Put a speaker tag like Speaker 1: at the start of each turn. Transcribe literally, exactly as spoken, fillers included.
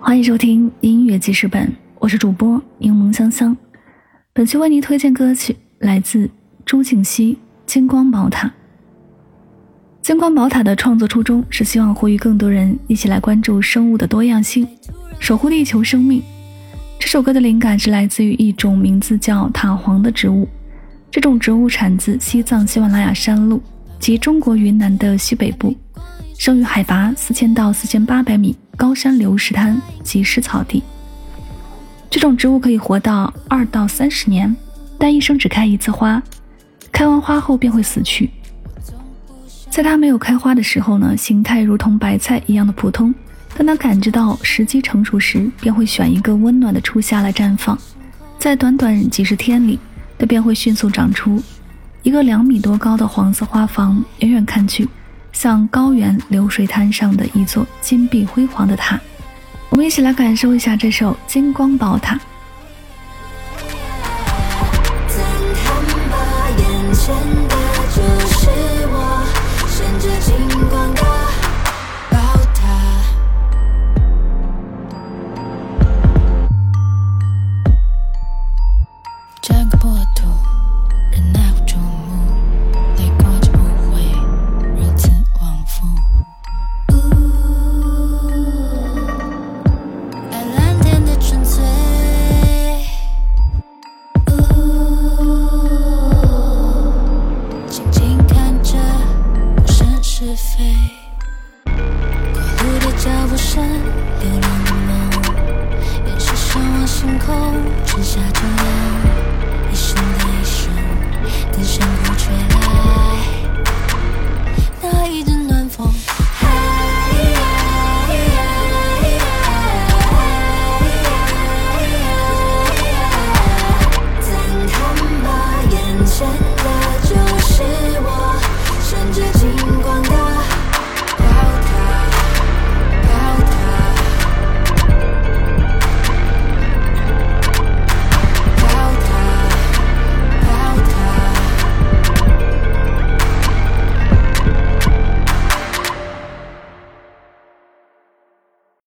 Speaker 1: 欢迎收听音乐记事本，我是主播柠檬香香。本期为您推荐歌曲来自朱婧汐《金光宝塔》。金光宝塔的创作初衷是希望呼吁更多人一起来关注生物的多样性，守护地球生命。这首歌的灵感是来自于一种名字叫塔黄的植物，这种植物产自西藏喜马拉雅山麓及中国云南的西北部，生于海拔四千到四千八百米高山流石滩及湿草地。这种植物可以活到二到三十年，但一生只开一次花，开完花后便会死去。在它没有开花的时候呢，形态如同白菜一样的普通，当它感知到时机成熟时，便会选一个温暖的初夏来绽放。在短短几十天里，它便会迅速长出一个两米多高的黄色花房，远远看去像高原流水滩上的一座金碧辉煌的塔。我们一起来感受一下这首《金光宝塔》。
Speaker 2: 这个国土人耐不住目，累过这误会如此往复。爱蓝天的纯粹，静静看着无声是非，过路的脚步声，流浪的梦，也是向往星空，春夏秋凉。一声的一声，等山谷吹来，